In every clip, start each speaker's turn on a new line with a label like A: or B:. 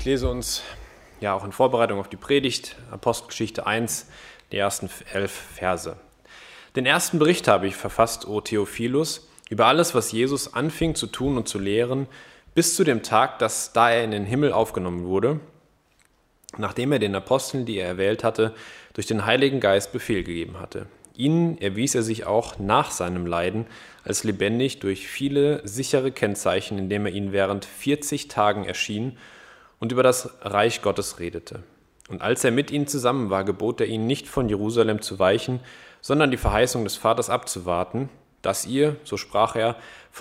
A: Ich lese uns ja auch in Vorbereitung auf die Predigt Apostelgeschichte 1, die ersten 11 Verse. Den ersten Bericht habe ich verfasst, o Theophilus, über alles, was Jesus anfing zu tun und zu lehren, bis zu dem Tag, da er in den Himmel aufgenommen wurde, nachdem er den Aposteln, die er erwählt hatte, durch den Heiligen Geist Befehl gegeben hatte. Ihnen erwies er sich auch nach seinem Leiden als lebendig durch viele sichere Kennzeichen, indem er ihnen während 40 Tagen erschien und über das Reich Gottes redete. Und als er mit ihnen zusammen war, gebot er ihnen nicht von Jerusalem zu weichen, sondern die Verheißung des Vaters abzuwarten, dass ihr, so sprach er,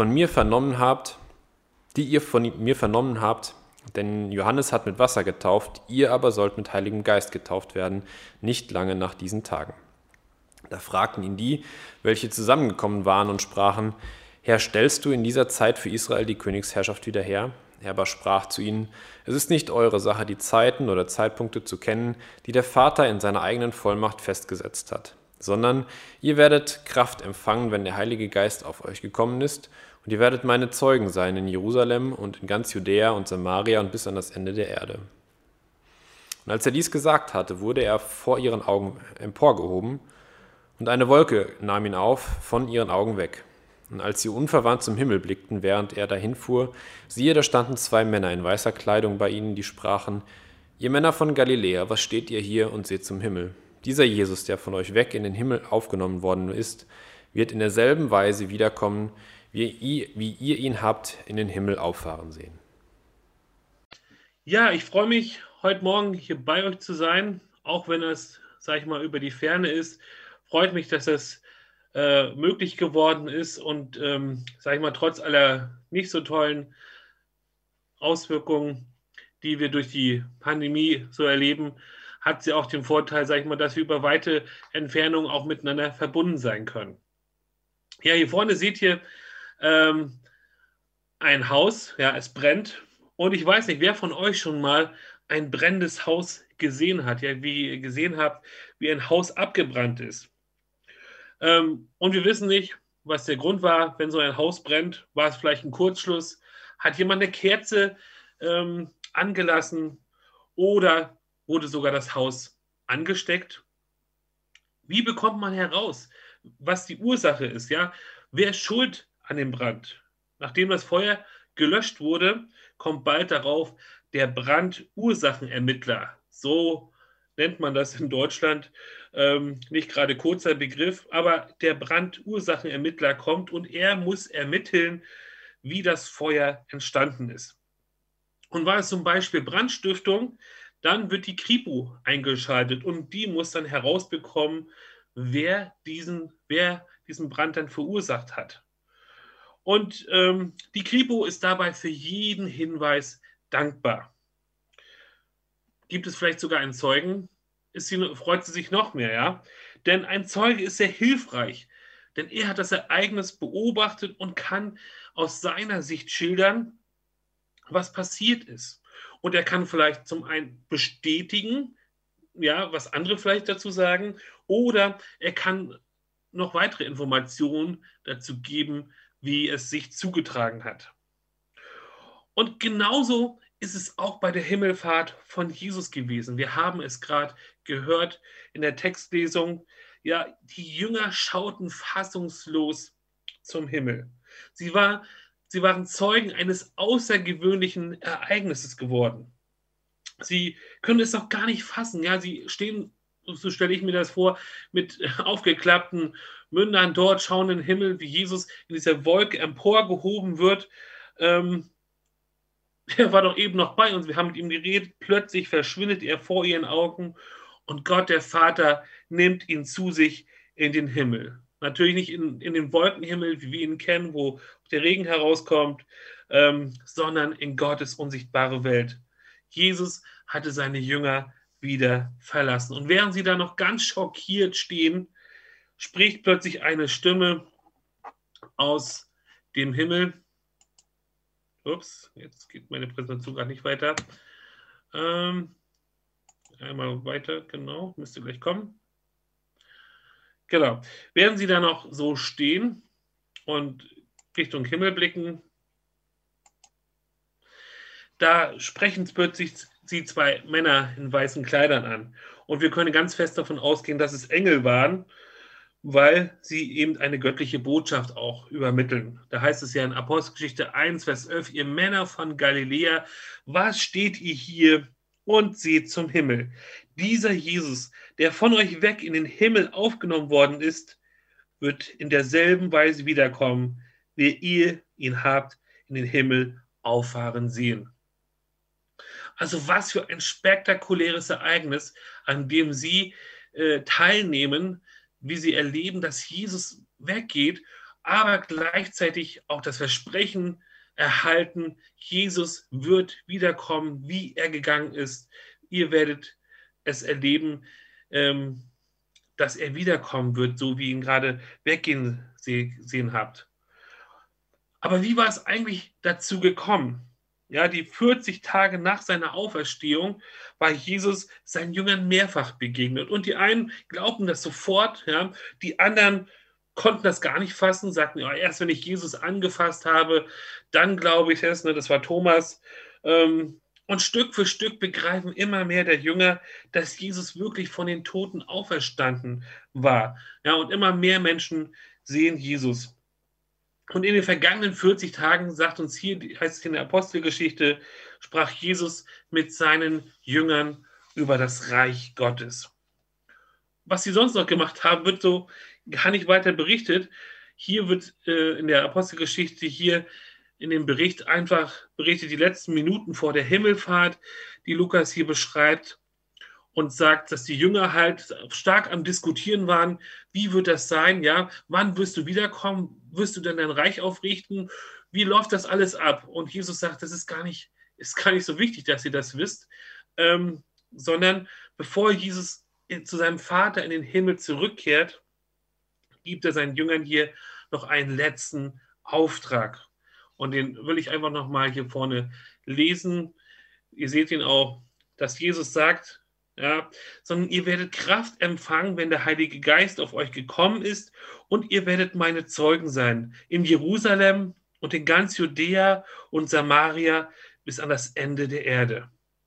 A: die ihr von mir vernommen habt, denn Johannes hat mit Wasser getauft, ihr aber sollt mit Heiligem Geist getauft werden, nicht lange nach diesen Tagen. Da fragten ihn die, welche zusammengekommen waren und sprachen, Herr, stellst du in dieser Zeit für Israel die Königsherrschaft wieder her? Er aber sprach zu ihnen, es ist nicht eure Sache, die Zeiten oder Zeitpunkte zu kennen, die der Vater in seiner eigenen Vollmacht festgesetzt hat, sondern ihr werdet Kraft empfangen, wenn der Heilige Geist auf euch gekommen ist, und ihr werdet meine Zeugen sein in Jerusalem und in ganz Judäa und Samaria und bis an das Ende der Erde. Und als er dies gesagt hatte, wurde er vor ihren Augen emporgehoben, und eine Wolke nahm ihn auf, von ihren Augen weg. Und als sie unverwandt zum Himmel blickten, während er dahinfuhr, siehe, da standen 2 Männer in weißer Kleidung bei ihnen, die sprachen, ihr Männer von Galiläa, was steht ihr hier und seht zum Himmel? Dieser Jesus, der von euch weg in den Himmel aufgenommen worden ist, wird in derselben Weise wiederkommen, wie ihr ihn habt in den Himmel auffahren sehen.
B: Ja, ich freue mich, heute Morgen hier bei euch zu sein, auch wenn es, sage ich mal, über die Ferne ist. Freut mich, dass es möglich geworden ist und, sage ich mal, trotz aller nicht so tollen Auswirkungen, die wir durch die Pandemie so erleben, hat sie auch den Vorteil, sage ich mal, dass wir über weite Entfernungen auch miteinander verbunden sein können. Ja, hier vorne seht ihr ein Haus, ja, es brennt. Und ich weiß nicht, wer von euch schon mal ein brennendes Haus gesehen hat, ja, wie ihr gesehen habt, wie ein Haus abgebrannt ist. Und wir wissen nicht, was der Grund war, wenn so ein Haus brennt. War es vielleicht ein Kurzschluss? Hat jemand eine Kerze angelassen oder wurde sogar das Haus angesteckt? Wie bekommt man heraus, was die Ursache ist? Ja? Wer ist schuld an dem Brand? Nachdem das Feuer gelöscht wurde, kommt bald darauf der Brandursachenermittler. So nennt man das in Deutschland. Nicht gerade kurzer Begriff, aber der Brandursachenermittler kommt und er muss ermitteln, wie das Feuer entstanden ist. Und war es zum Beispiel Brandstiftung, dann wird die Kripo eingeschaltet und die muss dann herausbekommen, wer diesen Brand dann verursacht hat. Und die Kripo ist dabei für jeden Hinweis dankbar. Gibt es vielleicht sogar einen Zeugen? Freut sie sich noch mehr, ja? Denn ein Zeuge ist sehr hilfreich, denn er hat das Ereignis beobachtet und kann aus seiner Sicht schildern, was passiert ist. Und er kann vielleicht zum einen bestätigen, ja, was andere vielleicht dazu sagen, oder er kann noch weitere Informationen dazu geben, wie es sich zugetragen hat. Und genauso ist es auch bei der Himmelfahrt von Jesus gewesen. Wir haben es gerade gehört in der Textlesung. Ja, die Jünger schauten fassungslos zum Himmel. Sie waren Zeugen eines außergewöhnlichen Ereignisses geworden. Sie können es noch gar nicht fassen. Ja, sie stehen, so stelle ich mir das vor, mit aufgeklappten Mündern dort, schauen in den Himmel, wie Jesus in dieser Wolke emporgehoben wird. Er war doch eben noch bei uns, wir haben mit ihm geredet, plötzlich verschwindet er vor ihren Augen und Gott, der Vater, nimmt ihn zu sich in den Himmel. Natürlich nicht in den Wolkenhimmel, wie wir ihn kennen, wo der Regen herauskommt, sondern in Gottes unsichtbare Welt. Jesus hatte seine Jünger wieder verlassen. Und während sie da noch ganz schockiert stehen, spricht plötzlich eine Stimme aus dem Himmel. Ups, jetzt geht meine Präsentation gar nicht weiter. Einmal weiter, genau, müsste gleich kommen. Genau. Während sie da noch so stehen und Richtung Himmel blicken, da sprechen plötzlich sie zwei Männer in weißen Kleidern an. Und wir können ganz fest davon ausgehen, dass es Engel waren, weil sie eben eine göttliche Botschaft auch übermitteln. Da heißt es ja in Apostelgeschichte 1, Vers 11, ihr Männer von Galiläa, was steht ihr hier und seht zum Himmel? Dieser Jesus, der von euch weg in den Himmel aufgenommen worden ist, wird in derselben Weise wiederkommen, wie ihr ihn habt in den Himmel auffahren sehen. Also was für ein spektakuläres Ereignis, an dem sie teilnehmen, wie sie erleben, dass Jesus weggeht, aber gleichzeitig auch das Versprechen erhalten, Jesus wird wiederkommen, wie er gegangen ist. Ihr werdet es erleben, dass er wiederkommen wird, so wie ihr ihn gerade weggehen sehen habt. Aber wie war es eigentlich dazu gekommen? Ja, die 40 Tage nach seiner Auferstehung war Jesus seinen Jüngern mehrfach begegnet. Und die einen glaubten das sofort, ja, die anderen konnten das gar nicht fassen, sagten, ja, erst wenn ich Jesus angefasst habe, dann glaube ich es, ne, das war Thomas. Und Stück für Stück begreifen immer mehr der Jünger, dass Jesus wirklich von den Toten auferstanden war. Ja, und immer mehr Menschen sehen Jesus. Und in den vergangenen 40 Tagen, sagt uns hier, heißt es in der Apostelgeschichte, sprach Jesus mit seinen Jüngern über das Reich Gottes. Was sie sonst noch gemacht haben, wird so gar nicht weiter berichtet. Hier wird in der Apostelgeschichte, hier in dem Bericht einfach berichtet die letzten Minuten vor der Himmelfahrt, die Lukas hier beschreibt und sagt, dass die Jünger halt stark am Diskutieren waren, wie wird das sein, ja, wann wirst du wiederkommen, wirst du denn dein Reich aufrichten, wie läuft das alles ab? Und Jesus sagt, das ist gar nicht so wichtig, dass ihr das wisst, sondern bevor Jesus zu seinem Vater in den Himmel zurückkehrt, gibt er seinen Jüngern hier noch einen letzten Auftrag. Und den will ich einfach nochmal hier vorne lesen. Ihr seht ihn auch, dass Jesus sagt, ja, sondern ihr werdet Kraft empfangen, wenn der Heilige Geist auf euch gekommen ist, und ihr werdet meine Zeugen sein in Jerusalem und in ganz Judäa und Samaria bis an das Ende der Erde.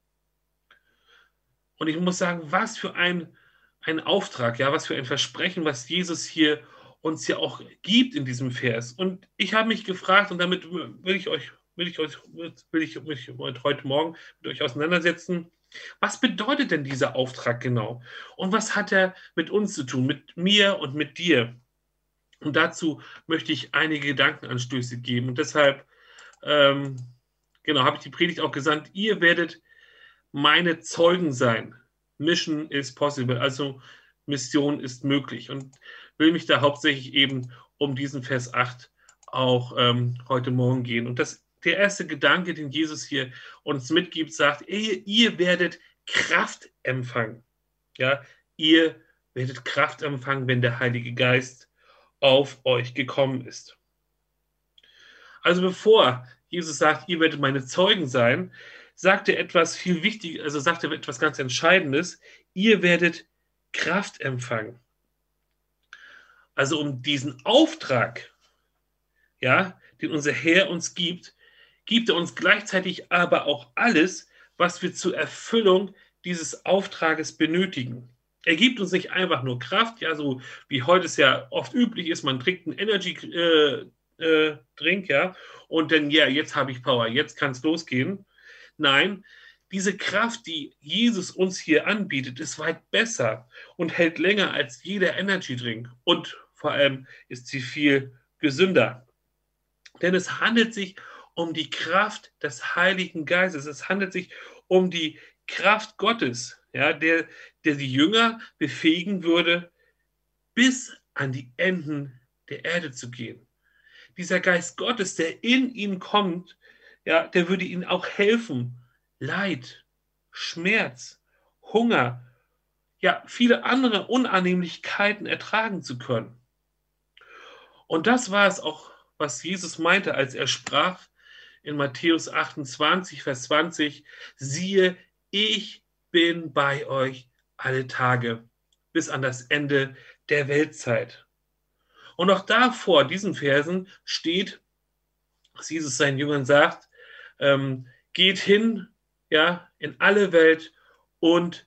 B: Und ich muss sagen, was für ein Auftrag, ja, was für ein Versprechen, was Jesus hier uns ja auch gibt in diesem Vers. Und ich habe mich gefragt, und damit will ich mich heute Morgen mit euch auseinandersetzen. Was bedeutet denn dieser Auftrag genau? Und was hat er mit uns zu tun, mit mir und mit dir? Und dazu möchte ich einige Gedankenanstöße geben. Und deshalb, habe ich die Predigt auch gesandt. Ihr werdet meine Zeugen sein. Mission is possible, also Mission ist möglich. Und will mich da hauptsächlich eben um diesen Vers 8 auch heute Morgen gehen. Und der erste Gedanke, den Jesus hier uns mitgibt, sagt, ihr werdet Kraft empfangen. Ja, ihr werdet Kraft empfangen, wenn der Heilige Geist auf euch gekommen ist. Also bevor Jesus sagt, ihr werdet meine Zeugen sein, sagt er etwas viel Wichtiges, also sagt er etwas ganz Entscheidendes, ihr werdet Kraft empfangen. Also um diesen Auftrag, ja, den unser Herr uns gibt, gibt er uns gleichzeitig aber auch alles, was wir zur Erfüllung dieses Auftrages benötigen. Er gibt uns nicht einfach nur Kraft, ja, so wie heute es ja oft üblich ist, man trinkt einen Energy-Drink, ja, und dann, ja, jetzt habe ich Power, jetzt kann es losgehen. Nein, diese Kraft, die Jesus uns hier anbietet, ist weit besser und hält länger als jeder Energy-Drink. Und vor allem ist sie viel gesünder. Denn es handelt sich um die Kraft des Heiligen Geistes. Es handelt sich um die Kraft Gottes, ja, der die Jünger befähigen würde, bis an die Enden der Erde zu gehen. Dieser Geist Gottes, der in ihnen kommt, ja, der würde ihnen auch helfen, Leid, Schmerz, Hunger, ja, viele andere Unannehmlichkeiten ertragen zu können. Und das war es auch, was Jesus meinte, als er sprach in Matthäus 28, Vers 20, siehe, ich bin bei euch alle Tage bis an das Ende der Weltzeit. Und auch davor, diesen Versen, steht, dass Jesus seinen Jüngern sagt, geht hin, ja, in alle Welt und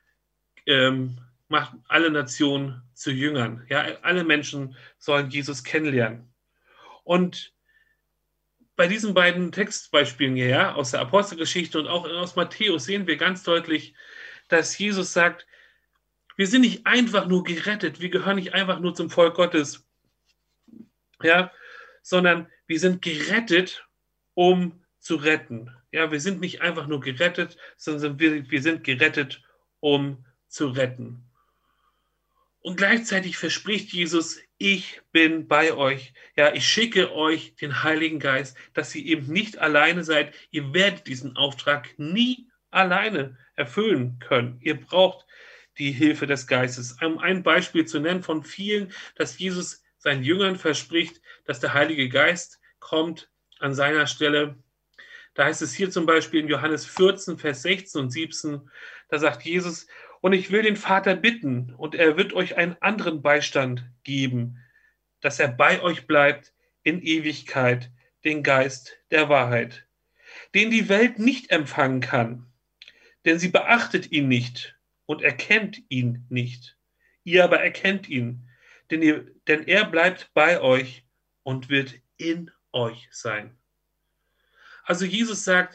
B: macht alle Nationen zu Jüngern. Ja, alle Menschen sollen Jesus kennenlernen. Und bei diesen beiden Textbeispielen hier, ja, aus der Apostelgeschichte und auch aus Matthäus, sehen wir ganz deutlich, dass Jesus sagt, wir sind nicht einfach nur gerettet, wir gehören nicht einfach nur zum Volk Gottes, ja, sondern wir sind gerettet, um zu retten. Ja, wir sind nicht einfach nur gerettet, sondern wir sind gerettet, um zu retten. Und gleichzeitig verspricht Jesus, ich bin bei euch. Ja, ich schicke euch den Heiligen Geist, dass ihr eben nicht alleine seid. Ihr werdet diesen Auftrag nie alleine erfüllen können. Ihr braucht die Hilfe des Geistes. Um ein Beispiel zu nennen von vielen, dass Jesus seinen Jüngern verspricht, dass der Heilige Geist kommt an seiner Stelle. Da heißt es hier zum Beispiel in Johannes 14, Vers 16 und 17, da sagt Jesus, und ich will den Vater bitten, und er wird euch einen anderen Beistand geben, dass er bei euch bleibt in Ewigkeit, den Geist der Wahrheit, den die Welt nicht empfangen kann, denn sie beachtet ihn nicht und erkennt ihn nicht. Ihr aber erkennt ihn, denn er bleibt bei euch und wird in euch sein. Also Jesus sagt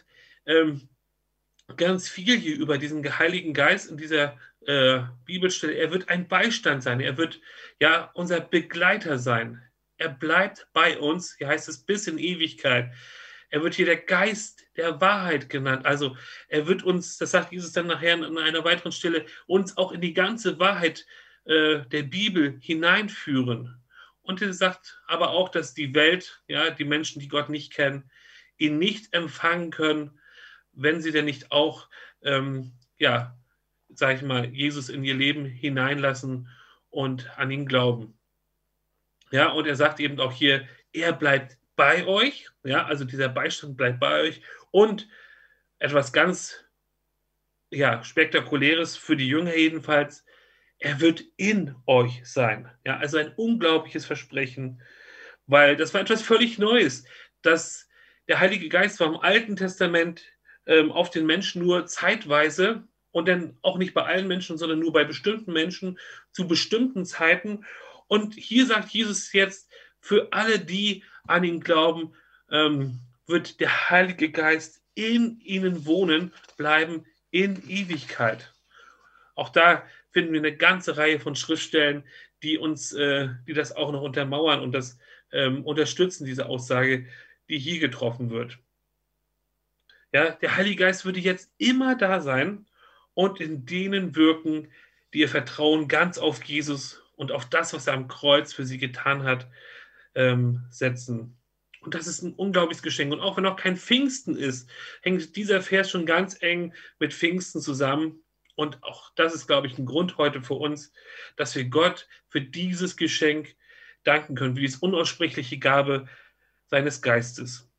B: ganz viel hier über diesen Heiligen Geist in dieser Bibelstelle. Er wird ein Beistand sein. Er wird ja unser Begleiter sein. Er bleibt bei uns, hier heißt es bis in Ewigkeit. Er wird hier der Geist der Wahrheit genannt. Also er wird uns, das sagt Jesus dann nachher an einer weiteren Stelle, uns auch in die ganze Wahrheit der Bibel hineinführen. Und er sagt aber auch, dass die Welt, ja, die Menschen, die Gott nicht kennen, ihn nicht empfangen können, wenn sie denn nicht auch, ja, sag ich mal, Jesus in ihr Leben hineinlassen und an ihn glauben. Ja, und er sagt eben auch hier, er bleibt bei euch, ja, also dieser Beistand bleibt bei euch und etwas ganz, ja, Spektakuläres für die Jünger jedenfalls, er wird in euch sein. Ja, also ein unglaubliches Versprechen, weil das war etwas völlig Neues, dass der Heilige Geist war im Alten Testament auf den Menschen nur zeitweise und dann auch nicht bei allen Menschen, sondern nur bei bestimmten Menschen zu bestimmten Zeiten. Und hier sagt Jesus jetzt, für alle, die an ihn glauben, wird der Heilige Geist in ihnen wohnen, bleiben in Ewigkeit. Auch da finden wir eine ganze Reihe von Schriftstellen, die uns, die das auch noch untermauern und das unterstützen, diese Aussage, die hier getroffen wird. Ja, der Heilige Geist würde jetzt immer da sein und in denen wirken, die ihr Vertrauen ganz auf Jesus und auf das, was er am Kreuz für sie getan hat, setzen. Und das ist ein unglaubliches Geschenk. Und auch wenn noch kein Pfingsten ist, hängt dieser Vers schon ganz eng mit Pfingsten zusammen. Und auch das ist, glaube ich, ein Grund heute für uns, dass wir Gott für dieses Geschenk danken können, für diese unaussprechliche Gabe seines Geistes.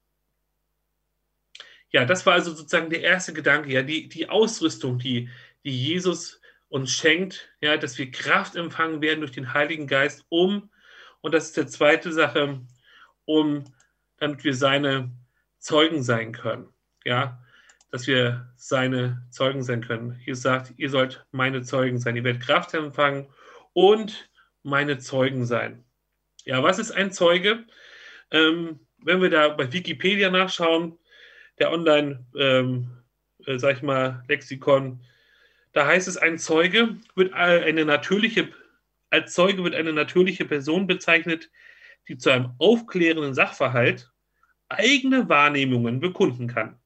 B: Ja, das war also sozusagen der erste Gedanke, ja, die Ausrüstung, die Jesus uns schenkt, ja, dass wir Kraft empfangen werden durch den Heiligen Geist, und das ist die zweite Sache, damit wir seine Zeugen sein können, ja, dass wir seine Zeugen sein können. Jesus sagt, ihr sollt meine Zeugen sein, ihr werdet Kraft empfangen und meine Zeugen sein. Ja, was ist ein Zeuge? Wenn wir da bei Wikipedia nachschauen, der Online, sag ich mal, Lexikon, da heißt es, als Zeuge wird eine natürliche Person bezeichnet, die zu einem aufklärenden Sachverhalt eigene Wahrnehmungen bekunden kann.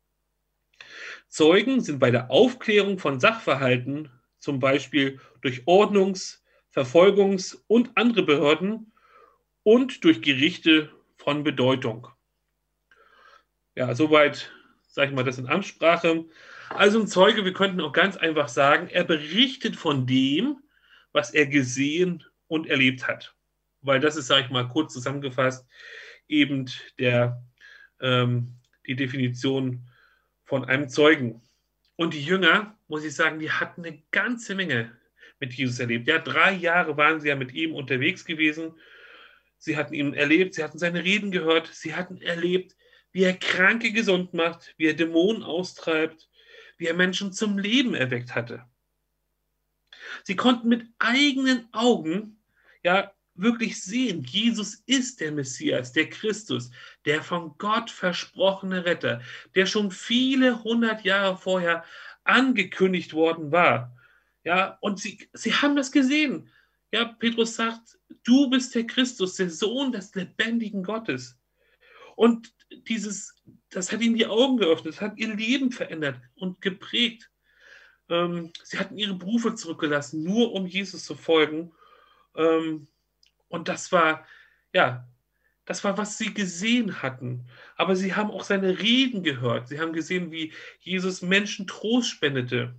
B: Zeugen sind bei der Aufklärung von Sachverhalten, zum Beispiel durch Ordnungs-, Verfolgungs- und andere Behörden und durch Gerichte von Bedeutung. Ja, soweit, sage ich mal, das in Amtssprache. Also ein Zeuge, wir könnten auch ganz einfach sagen, er berichtet von dem, was er gesehen und erlebt hat. Weil das ist, sage ich mal, kurz zusammengefasst, eben die Definition von einem Zeugen. Und die Jünger, muss ich sagen, die hatten eine ganze Menge mit Jesus erlebt. Ja, 3 Jahre waren sie ja mit ihm unterwegs gewesen. Sie hatten ihn erlebt, sie hatten seine Reden gehört, sie hatten erlebt, wie er Kranke gesund macht, wie er Dämonen austreibt, wie er Menschen zum Leben erweckt hatte. Sie konnten mit eigenen Augen ja wirklich sehen, Jesus ist der Messias, der Christus, der von Gott versprochene Retter, der schon viele hundert Jahre vorher angekündigt worden war. Ja, und sie haben das gesehen. Ja, Petrus sagt, du bist der Christus, der Sohn des lebendigen Gottes. Und das hat ihnen die Augen geöffnet, das hat ihr Leben verändert und geprägt. Sie hatten ihre Berufe zurückgelassen, nur um Jesus zu folgen. Und ja, das war, was sie gesehen hatten. Aber sie haben auch seine Reden gehört. Sie haben gesehen, wie Jesus Menschen Trost spendete.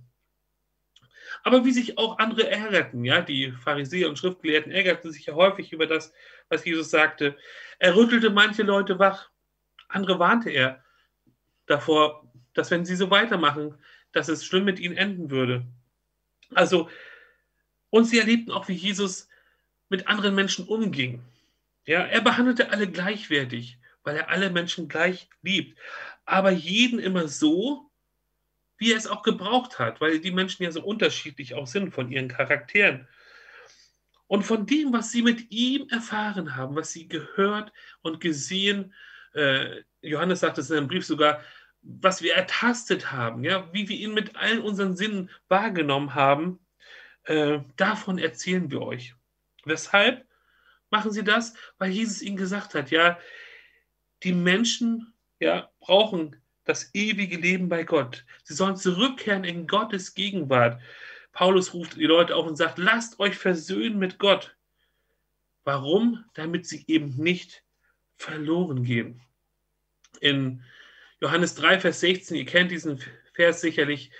B: Aber wie sich auch andere ärgerten. Ja, die Pharisäer und Schriftgelehrten ärgerten sich ja häufig über das, was Jesus sagte. Er rüttelte manche Leute wach. Andere warnte er davor, dass wenn sie so weitermachen, dass es schlimm mit ihnen enden würde. Also, und sie erlebten auch, wie Jesus mit anderen Menschen umging. Ja, er behandelte alle gleichwertig, weil er alle Menschen gleich liebt. Aber jeden immer so, wie er es auch gebraucht hat, weil die Menschen ja so unterschiedlich auch sind von ihren Charakteren. Und von dem, was sie mit ihm erfahren haben, was sie gehört und gesehen, Johannes sagt es in seinem Brief sogar, was wir ertastet haben, ja, wie wir ihn mit allen unseren Sinnen wahrgenommen haben, davon erzählen wir euch. Weshalb machen sie das? Weil Jesus ihnen gesagt hat, ja, die Menschen ja, brauchen das ewige Leben bei Gott. Sie sollen zurückkehren in Gottes Gegenwart. Paulus ruft die Leute auf und sagt, lasst euch versöhnen mit Gott. Warum? Damit sie eben nicht verloren gehen. In Johannes 3, Vers 16, ihr kennt diesen Vers sicherlich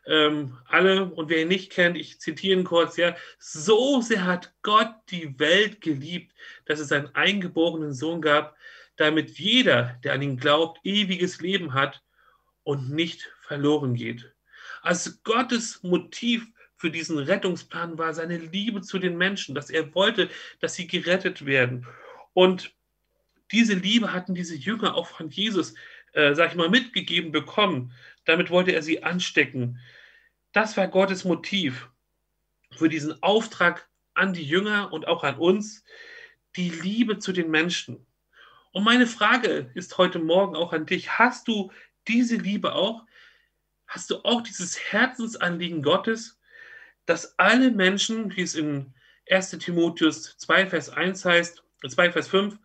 B: alle, und wer ihn nicht kennt, ich zitiere ihn kurz, ja, so sehr hat Gott die Welt geliebt, dass es einen eingeborenen Sohn gab, damit jeder, der an ihn glaubt, ewiges Leben hat und nicht verloren geht. Also Gottes Motiv für diesen Rettungsplan war seine Liebe zu den Menschen, dass er wollte, dass sie gerettet werden. Und diese Liebe hatten diese Jünger auch von Jesus, sag ich mal, mitgegeben bekommen. Damit wollte er sie anstecken. Das war Gottes Motiv für diesen Auftrag an die Jünger und auch an uns, die Liebe zu den Menschen. Und meine Frage ist heute Morgen auch an dich, hast du diese Liebe auch? Hast du auch dieses Herzensanliegen Gottes, dass alle Menschen, wie es in 1. Timotheus 2, Vers 1 heißt, 2, Vers 5,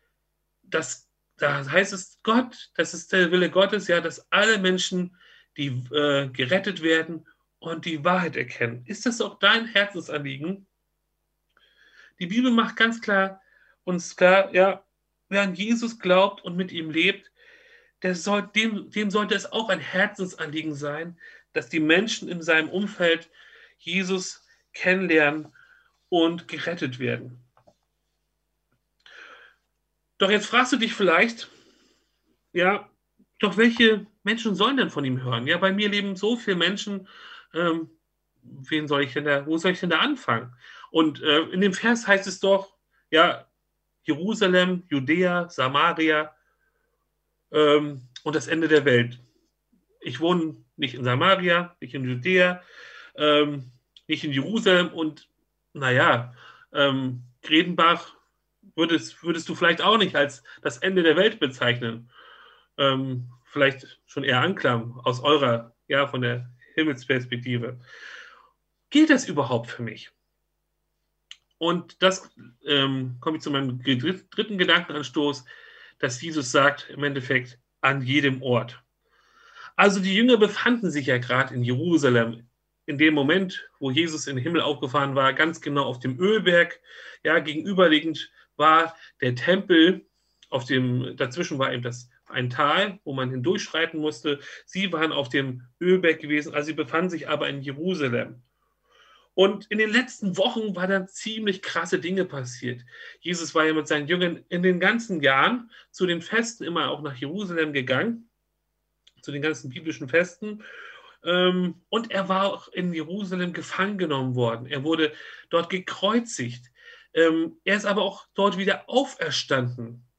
B: da heißt es Gott, das ist der Wille Gottes, ja, dass alle Menschen, die gerettet werden und die Wahrheit erkennen. Ist das auch dein Herzensanliegen? Die Bibel macht ganz klar uns klar, ja, wer an Jesus glaubt und mit ihm lebt, dem sollte es auch ein Herzensanliegen sein, dass die Menschen in seinem Umfeld Jesus kennenlernen und gerettet werden. Doch jetzt fragst du dich vielleicht, ja, doch welche Menschen sollen denn von ihm hören? Ja, bei mir leben so viele Menschen, wo soll ich denn da anfangen? Und in dem Vers heißt es doch, ja, Jerusalem, Judäa, Samaria und das Ende der Welt. Ich wohne nicht in Samaria, nicht in Judäa, nicht in Jerusalem und naja, Gredenbach würdest du vielleicht auch nicht als das Ende der Welt bezeichnen. Vielleicht schon eher Anklang aus eurer, ja, von der Himmelsperspektive. Gilt das überhaupt für mich? Und das komme ich zu meinem dritten Gedankenanstoß, dass Jesus sagt, im Endeffekt, an jedem Ort. Also die Jünger befanden sich ja gerade in Jerusalem, in dem Moment, wo Jesus in den Himmel aufgefahren war, ganz genau auf dem Ölberg, ja, gegenüberliegend war der Tempel, dazwischen war eben ein Tal, wo man hindurchschreiten musste. Sie waren auf dem Ölberg gewesen, also sie befanden sich aber in Jerusalem. Und in den letzten Wochen waren dann ziemlich krasse Dinge passiert. Jesus war ja mit seinen Jüngern in den ganzen Jahren zu den Festen immer auch nach Jerusalem gegangen, zu den ganzen biblischen Festen. Und er war auch in Jerusalem gefangen genommen worden. Er wurde dort gekreuzigt. Er ist aber auch dort wieder auferstanden.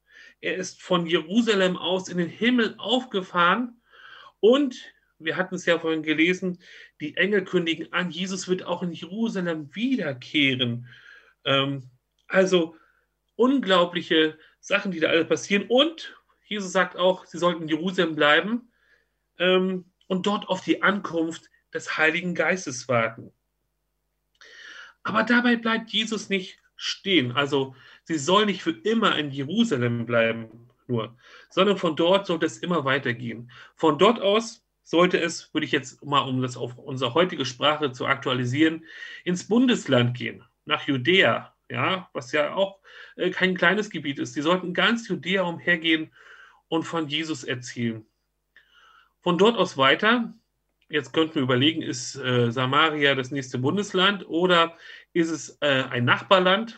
B: Er ist von Jerusalem aus in den Himmel aufgefahren und wir hatten es ja vorhin gelesen, die Engel kündigen an, Jesus wird auch in Jerusalem wiederkehren. Also unglaubliche Sachen, die da alle passieren. Und Jesus sagt auch, sie sollten in Jerusalem bleiben und dort auf die Ankunft des Heiligen Geistes warten. Aber dabei bleibt Jesus nicht stehen. Also sie soll nicht für immer in Jerusalem bleiben, nur, sondern von dort sollte es immer weitergehen. Von dort aus sollte es, würde ich jetzt mal, um das auf unsere heutige Sprache zu aktualisieren, ins Bundesland gehen, nach Judäa, ja, was ja auch kein kleines Gebiet ist. Sie sollten ganz Judäa umhergehen und von Jesus erzählen. Von dort aus weiter, jetzt könnten wir überlegen, ist Samaria das nächste Bundesland oder ist es ein Nachbarland?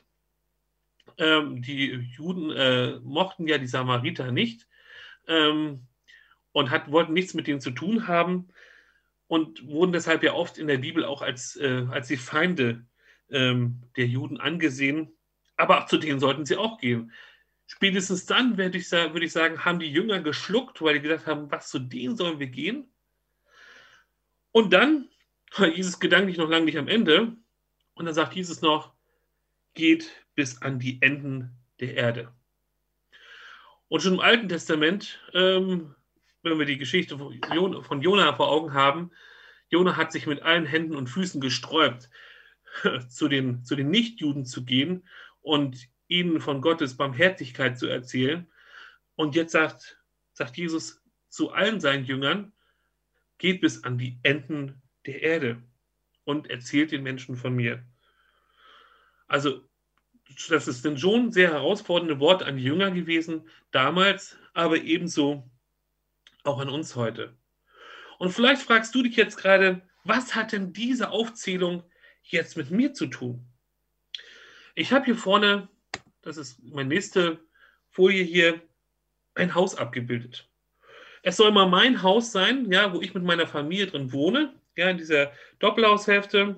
B: Die Juden mochten ja die Samariter nicht und wollten nichts mit denen zu tun haben und wurden deshalb ja oft in der Bibel auch als die Feinde der Juden angesehen. Aber zu denen sollten sie auch gehen. Spätestens dann, würde ich sagen, haben die Jünger geschluckt, weil die gesagt haben, was, zu denen sollen wir gehen? Und dann war Jesus gedanklich noch lange nicht am Ende. Und dann sagt Jesus noch, geht bis an die Enden der Erde. Und schon im Alten Testament, wenn wir die Geschichte von Jona vor Augen haben, Jona hat sich mit allen Händen und Füßen gesträubt, zu den Nichtjuden zu gehen und ihnen von Gottes Barmherzigkeit zu erzählen. Und jetzt sagt Jesus zu allen seinen Jüngern, geht bis an die Enden der Erde und erzählt den Menschen von mir. Also das ist dann schon sehr herausfordernde Wort an die Jünger gewesen damals, aber ebenso auch an uns heute. Und vielleicht fragst du dich jetzt gerade, was hat denn diese Aufzählung jetzt mit mir zu tun? Ich habe hier vorne, das ist meine nächste Folie hier, ein Haus abgebildet. Es soll mal mein Haus sein, ja, wo ich mit meiner Familie drin wohne, ja, in dieser Doppelhaushälfte.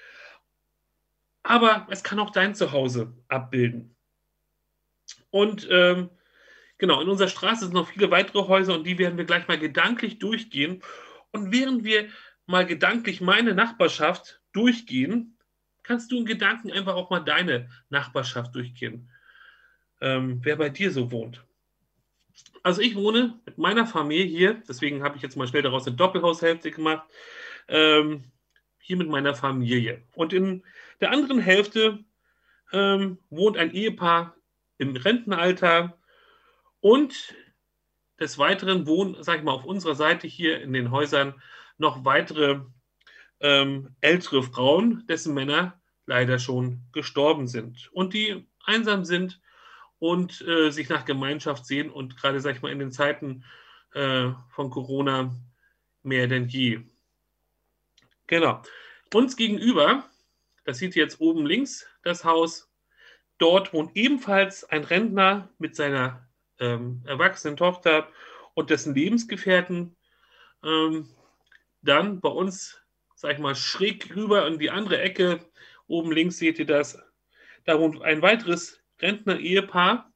B: Aber es kann auch dein Zuhause abbilden. Und genau, in unserer Straße sind noch viele weitere Häuser und die werden wir gleich mal gedanklich durchgehen. Und während wir mal gedanklich meine Nachbarschaft durchgehen, kannst du in Gedanken einfach auch mal deine Nachbarschaft durchgehen, wer bei dir so wohnt. Also ich wohne mit meiner Familie hier, deswegen habe ich jetzt mal schnell daraus eine Doppelhaushälfte gemacht, hier mit meiner Familie. Und in der anderen Hälfte wohnt ein Ehepaar im Rentenalter und des Weiteren wohnen, sage ich mal, auf unserer Seite hier in den Häusern noch weitere ältere Frauen, dessen Männer leider schon gestorben sind und die einsam sind und sich nach Gemeinschaft sehen und gerade, sag ich mal, in den Zeiten von Corona mehr denn je. Genau. Uns gegenüber, das sieht ihr jetzt oben links, das Haus, dort wohnt ebenfalls ein Rentner mit seiner erwachsenen Tochter und dessen Lebensgefährten. Dann bei uns, sag ich mal, schräg rüber in die andere Ecke, oben links seht ihr das, da wohnt ein weiteres Rentner-Ehepaar.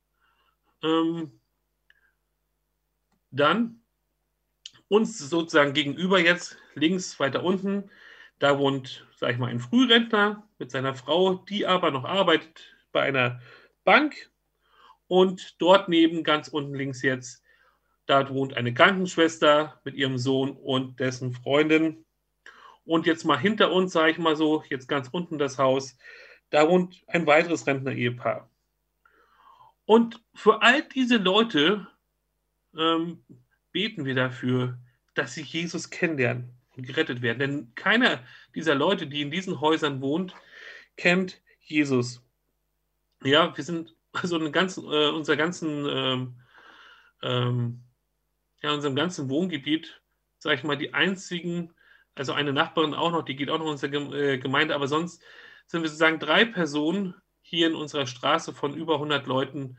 B: Dann uns sozusagen gegenüber jetzt, links weiter unten, da wohnt, sag ich mal, ein Frührentner mit seiner Frau, die aber noch arbeitet bei einer Bank. Und dort neben, ganz unten links jetzt, da wohnt eine Krankenschwester mit ihrem Sohn und dessen Freundin. Und jetzt mal hinter uns, sage ich mal so, jetzt ganz unten das Haus, da wohnt ein weiteres Rentner-Ehepaar. Und für all diese Leute beten wir dafür, dass sie Jesus kennenlernen und gerettet werden. Denn keiner dieser Leute, die in diesen Häusern wohnt, kennt Jesus. Ja, wir sind also in unserem ganzen Wohngebiet, sage ich mal, die einzigen, also eine Nachbarin auch noch, die geht auch noch in unsere Gemeinde, aber sonst sind wir sozusagen 3 Personen hier in unserer Straße von über 100 Leuten,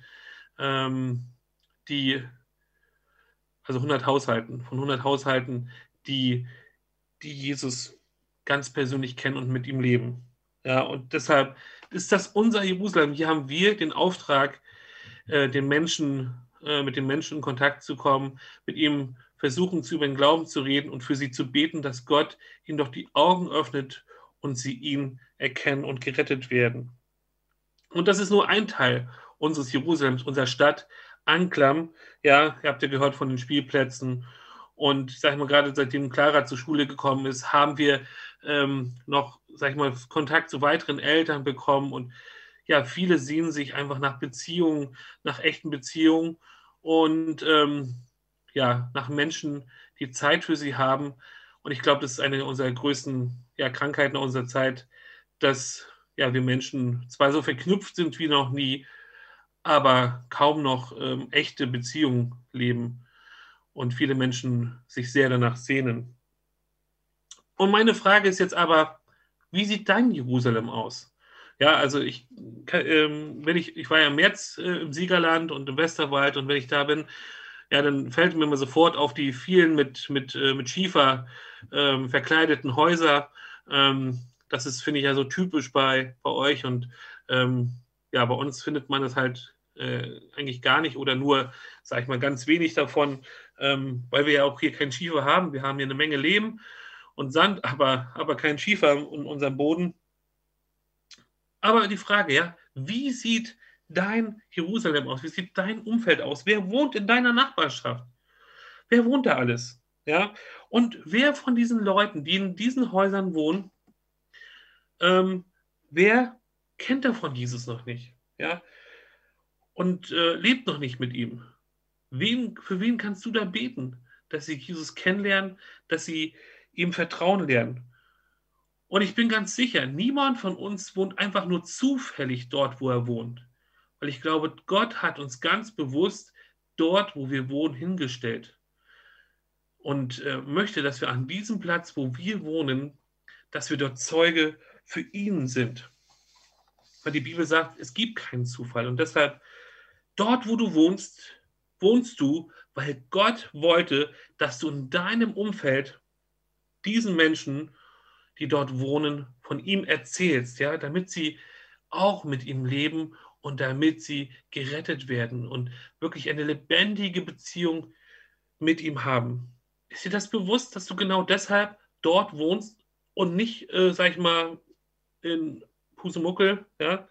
B: also 100 Haushalten, die Jesus ganz persönlich kennen und mit ihm leben. Ja, und deshalb ist das unser Jerusalem. Hier haben wir den Auftrag, den Menschen mit den Menschen in Kontakt zu kommen, mit ihm versuchen, über den Glauben zu reden und für sie zu beten, dass Gott ihnen doch die Augen öffnet und sie ihn erkennen und gerettet werden. Und das ist nur ein Teil unseres Jerusalems, unserer Stadt, Anklam. Ja, ihr habt ja gehört von den Spielplätzen. Und ich sage mal, gerade seitdem Clara zur Schule gekommen ist, haben wir noch, sag ich mal, Kontakt zu weiteren Eltern bekommen. Und ja, viele sehnen sich einfach nach Beziehungen, nach echten Beziehungen und ja, nach Menschen, die Zeit für sie haben. Und ich glaube, das ist eine unserer größten ja, Krankheiten unserer Zeit, dass ja, wir Menschen zwar so verknüpft sind wie noch nie, aber kaum noch echte Beziehungen leben und viele Menschen sich sehr danach sehnen. Und meine Frage ist jetzt aber, wie sieht dein Jerusalem aus? Ja, also ich war ja im März im Siegerland und im Westerwald und wenn ich da bin, ja, dann fällt mir immer sofort auf die vielen mit Schiefer verkleideten Häuser. Das ist, finde ich, ja so typisch bei euch und ja, bei uns findet man das halt eigentlich gar nicht oder nur, sag ich mal, ganz wenig davon, weil wir ja auch hier kein Schiefer haben. Wir haben hier eine Menge Lehm und Sand, aber kein Schiefer in unserem Boden. Aber die Frage, ja, wie sieht dein Jerusalem aus? Wie sieht dein Umfeld aus? Wer wohnt in deiner Nachbarschaft? Wer wohnt da alles? Ja, und wer von diesen Leuten, die in diesen Häusern wohnen, wer kennt davon Jesus noch nicht? Ja, und lebt noch nicht mit ihm? Für wen kannst du da beten, dass sie Jesus kennenlernen, dass sie ihm vertrauen lernen? Und ich bin ganz sicher, niemand von uns wohnt einfach nur zufällig dort, wo er wohnt. Weil ich glaube, Gott hat uns ganz bewusst dort, wo wir wohnen, hingestellt. Und möchte, dass wir an diesem Platz, wo wir wohnen, dass wir dort Zeuge für ihn sind. Weil die Bibel sagt, es gibt keinen Zufall. Und deshalb, dort, wo du wohnst, wohnst du, weil Gott wollte, dass du in deinem Umfeld diesen Menschen, die dort wohnen, von ihm erzählst, ja, damit sie auch mit ihm leben und damit sie gerettet werden und wirklich eine lebendige Beziehung mit ihm haben. Ist dir das bewusst, dass du genau deshalb dort wohnst und nicht, sag ich mal, in Pusemuckel, ja?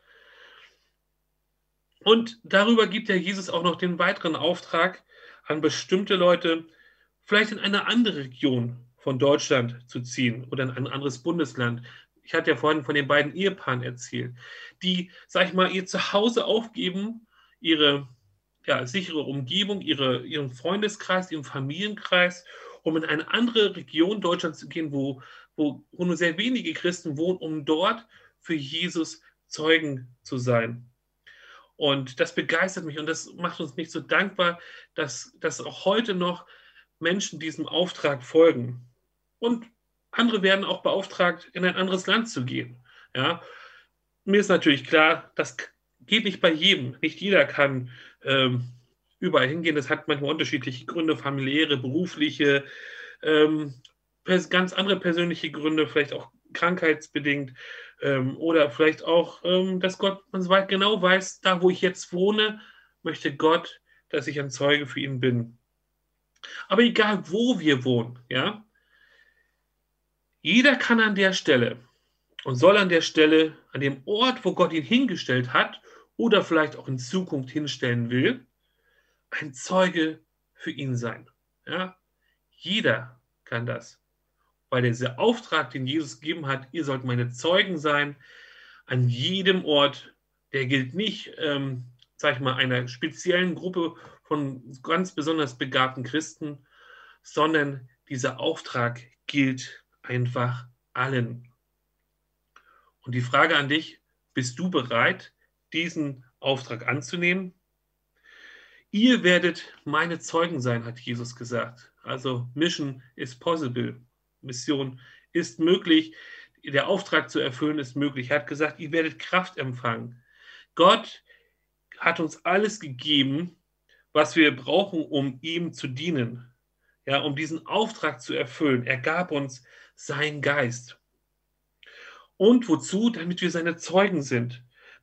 B: Und darüber gibt ja Jesus auch noch den weiteren Auftrag an bestimmte Leute, vielleicht in eine andere Region von Deutschland zu ziehen oder in ein anderes Bundesland. Ich hatte ja vorhin von den beiden Ehepaaren erzählt, die, sag ich mal, ihr Zuhause aufgeben, ihre ja, sichere Umgebung, ihren Freundeskreis, ihren Familienkreis, um in eine andere Region Deutschlands zu gehen, wo nur sehr wenige Christen wohnen, um dort für Jesus Zeugen zu sein. Und das begeistert mich und das macht uns nicht so dankbar, dass auch heute noch Menschen diesem Auftrag folgen. Und andere werden auch beauftragt, in ein anderes Land zu gehen. Ja? Mir ist natürlich klar, das geht nicht bei jedem. Nicht jeder kann überall hingehen. Das hat manchmal unterschiedliche Gründe, familiäre, berufliche, ganz andere persönliche Gründe, vielleicht auch krankheitsbedingt oder vielleicht auch, dass Gott man genau weiß, da wo ich jetzt wohne, möchte Gott, dass ich ein Zeuge für ihn bin. Aber egal, wo wir wohnen, ja, jeder kann an der Stelle und soll an der Stelle, an dem Ort, wo Gott ihn hingestellt hat oder vielleicht auch in Zukunft hinstellen will, ein Zeuge für ihn sein. Ja? Jeder kann das, weil dieser Auftrag, den Jesus gegeben hat, ihr sollt meine Zeugen sein, an jedem Ort, der gilt nicht, sag ich mal, einer speziellen Gruppe von ganz besonders begabten Christen, sondern dieser Auftrag gilt einfach allen. Und die Frage an dich, bist du bereit, diesen Auftrag anzunehmen? Ihr werdet meine Zeugen sein, hat Jesus gesagt. Also Mission is possible. Mission ist möglich. Der Auftrag zu erfüllen ist möglich. Er hat gesagt, ihr werdet Kraft empfangen. Gott hat uns alles gegeben, was wir brauchen, um ihm zu dienen. Ja, um diesen Auftrag zu erfüllen. Er gab uns seinen Geist. Und wozu? Damit wir seine Zeugen sind.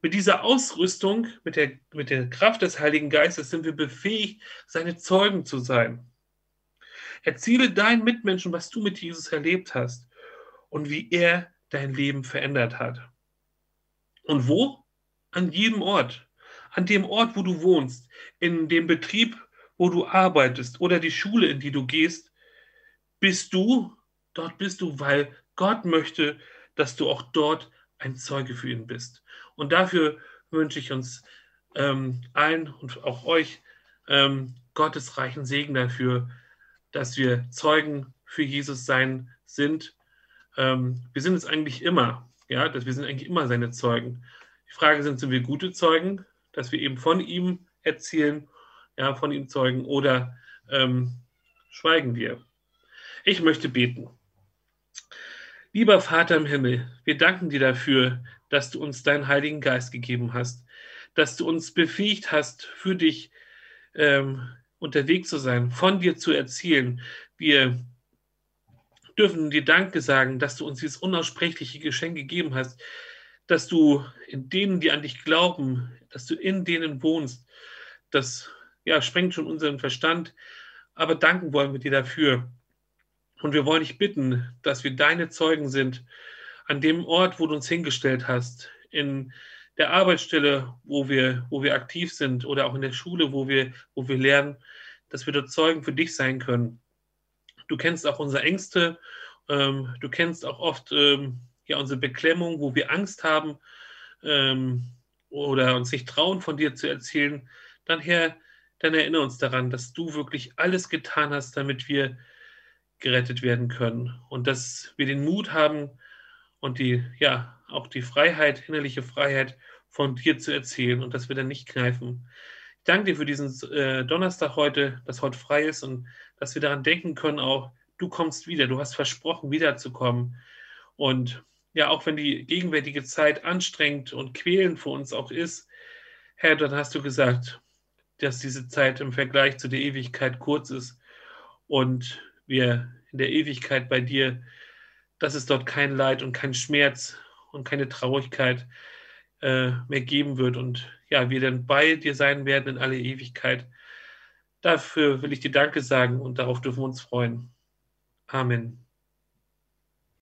B: Mit dieser Ausrüstung, mit der Kraft des Heiligen Geistes sind wir befähigt, seine Zeugen zu sein. Erzähle deinen Mitmenschen, was du mit Jesus erlebt hast und wie er dein Leben verändert hat. Und wo? An jedem Ort. An dem Ort, wo du wohnst, in dem Betrieb, wo du arbeitest oder die Schule, in die du gehst, bist du, dort bist du, weil Gott möchte, dass du auch dort ein Zeuge für ihn bist. Und dafür wünsche ich uns allen und auch euch Gottes reichen Segen dafür, dass wir Zeugen für Jesus sein sind. Wir sind es eigentlich immer, ja, dass wir sind eigentlich immer seine Zeugen. Die Frage sind wir gute Zeugen, dass wir eben von ihm erzählen, ja, von ihm zeugen, oder schweigen wir? Ich möchte beten. Lieber Vater im Himmel, wir danken dir dafür, dass du uns deinen Heiligen Geist gegeben hast, dass du uns befähigt hast, für dich unterwegs zu sein, von dir zu erzählen. Wir dürfen dir Danke sagen, dass du uns dieses unaussprechliche Geschenk gegeben hast, dass du in denen, die an dich glauben, dass du in denen wohnst. Das ja, sprengt schon unseren Verstand, aber danken wollen wir dir dafür. Und wir wollen dich bitten, dass wir deine Zeugen sind, an dem Ort, wo du uns hingestellt hast, in der Arbeitsstelle, wo wir aktiv sind, oder auch in der Schule, wo wir lernen, dass wir dort Zeugen für dich sein können. Du kennst auch unsere Ängste, du kennst auch oft ja, unsere Beklemmung, wo wir Angst haben oder uns nicht trauen, von dir zu erzählen. Dann, Herr, dann erinnere uns daran, dass du wirklich alles getan hast, damit wir gerettet werden können und dass wir den Mut haben und ja, auch die Freiheit, innerliche Freiheit, von dir zu erzählen und dass wir dann nicht kneifen. Ich danke dir für diesen Donnerstag heute, dass heute frei ist und dass wir daran denken können auch, du kommst wieder, du hast versprochen, wiederzukommen. Und ja, auch wenn die gegenwärtige Zeit anstrengend und quälend für uns auch ist, Herr, dann hast du gesagt, dass diese Zeit im Vergleich zu der Ewigkeit kurz ist und wir in der Ewigkeit bei dir, dass es dort kein Leid und kein Schmerz und keine Traurigkeit mehr geben wird und ja, wir dann bei dir sein werden in alle Ewigkeit. Dafür will ich dir Danke sagen und darauf dürfen wir uns freuen. Amen.